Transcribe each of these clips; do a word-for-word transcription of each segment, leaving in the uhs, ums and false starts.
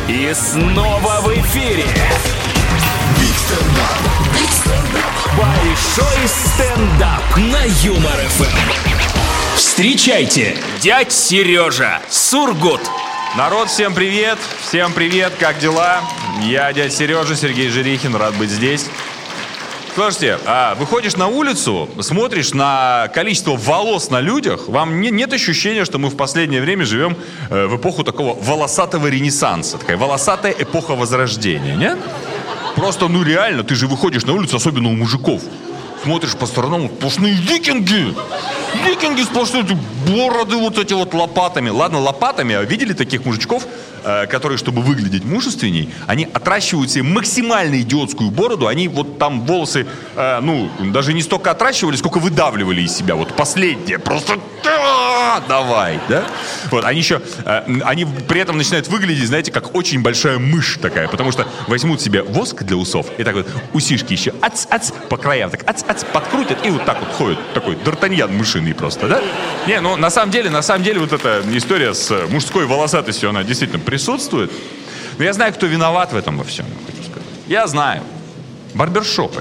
И снова в эфире большой стендап на Юмор эф эм. Встречайте, дядь Сережа Сургут. Народ, всем привет, всем привет, как дела? Я дядь Сережа, Сергей Жирихин, рад быть здесь. Слушайте, а, выходишь на улицу, смотришь на количество волос на людях, вам не, нет ощущения, что мы в последнее время живем э, в эпоху такого волосатого ренессанса, такая волосатая эпоха возрождения, нет? Просто, ну реально, ты же выходишь на улицу, особенно у мужиков, смотришь по сторонам, сплошные викинги, викинги сплошные, бороды вот эти вот лопатами. Ладно, лопатами, а видели таких мужичков, э, которые, чтобы выглядеть мужественней, они отращивают себе максимально идиотскую бороду, они вот там волосы, э, ну, даже не столько отращивали, сколько выдавливали из себя, вот последнее, просто давай, да? Вот, они еще, э, они при этом начинают выглядеть, знаете, как очень большая мышь такая, потому что возьмут себе воск для усов, и так вот усишки еще ац-ац по краям, так ац-ац подкрутят, и вот так вот ходят, такой д'Артаньян мышиный просто, да? Не, ну, на самом деле, на самом деле, вот эта история с мужской волосатостью, она действительно присутствует. Но я знаю, кто виноват в этом во всем, хочу сказать. Я знаю. Барбершопы.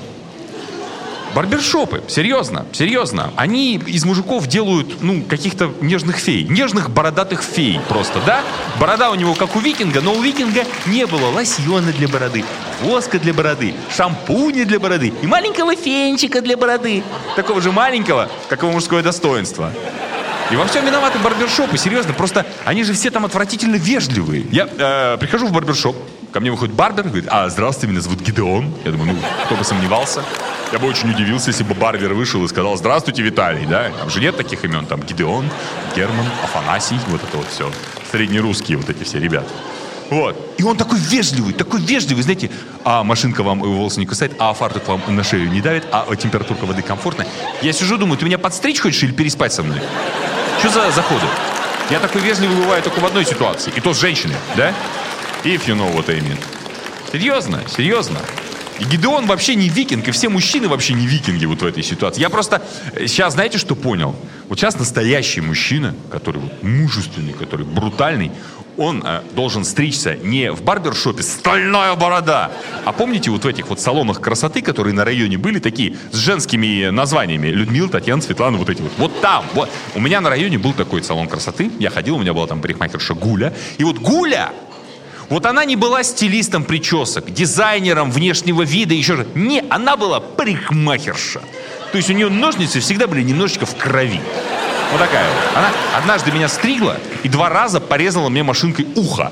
Барбершопы, серьезно, серьезно. Они из мужиков делают, ну, каких-то нежных фей. Нежных бородатых фей просто, да? Борода у него как у викинга, но у викинга не было лосьона для бороды, воска для бороды, шампуня для бороды и маленького фенчика для бороды. Такого же маленького, как его мужское достоинство. И во всем виноваты барбершопы, серьезно. Просто они же все там отвратительно вежливые. Я э, прихожу в барбершоп, ко мне выходит барбер, говорит: а, здравствуйте, меня зовут Гидеон. Я думаю, ну, кто бы сомневался. Я бы очень удивился, если бы барбер вышел и сказал: здравствуйте, Виталий, да? Там же нет таких имен, там Гидеон, Герман, Афанасий, вот это вот все. Среднерусские вот эти все ребята. Вот. И он такой вежливый, такой вежливый, знаете, а машинка вам волосы не кусает, а фартук вам на шею не давит, а температурка воды комфортная. Я сижу, думаю, ты меня подстричь хочешь или переспать со мной? Что за заходы? Я такой вежливый бываю только в одной ситуации, и то с женщиной, да? If you know what I mean. Серьезно, серьезно. И Гидеон вообще не викинг, и все мужчины вообще не викинги вот в этой ситуации. Я просто сейчас, знаете, что понял? Вот сейчас настоящий мужчина, который вот мужественный, который брутальный, он э, должен стричься не в барбершопе «Стальная борода», а помните вот в этих вот салонах красоты, которые на районе были, такие с женскими названиями: Людмила, Татьяна, Светлана, вот эти вот. Вот там, вот. У меня на районе был такой салон красоты, я ходил, у меня была там парикмахерша Гуля. И вот Гуля, вот она не была стилистом причесок, дизайнером внешнего вида, еще же. Не, она была парикмахерша. То есть у нее ножницы всегда были немножечко в крови. Вот такая вот. Она однажды меня стригла и два раза порезала мне машинкой ухо.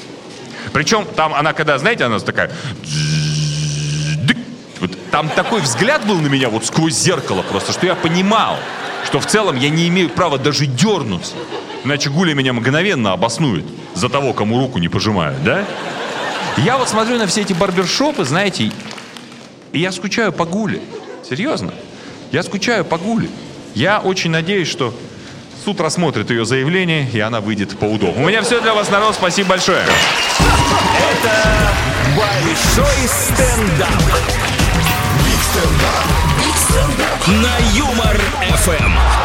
Причем там она, когда, знаете, она такая... Вот, там такой взгляд был на меня вот сквозь зеркало просто, что я понимал, что в целом я не имею права даже дернуться. Иначе Гуля меня мгновенно обоснует за того, кому руку не пожимают, да? Я вот смотрю на все эти барбершопы, знаете, и я скучаю по Гуле. Серьезно. Я скучаю по Гуле. Я очень надеюсь, что суд рассмотрит ее заявление, и она выйдет по УДО. У меня все для вас, народ. Спасибо большое. Это большой стендап. Биг стендап. На Юмор эф эм.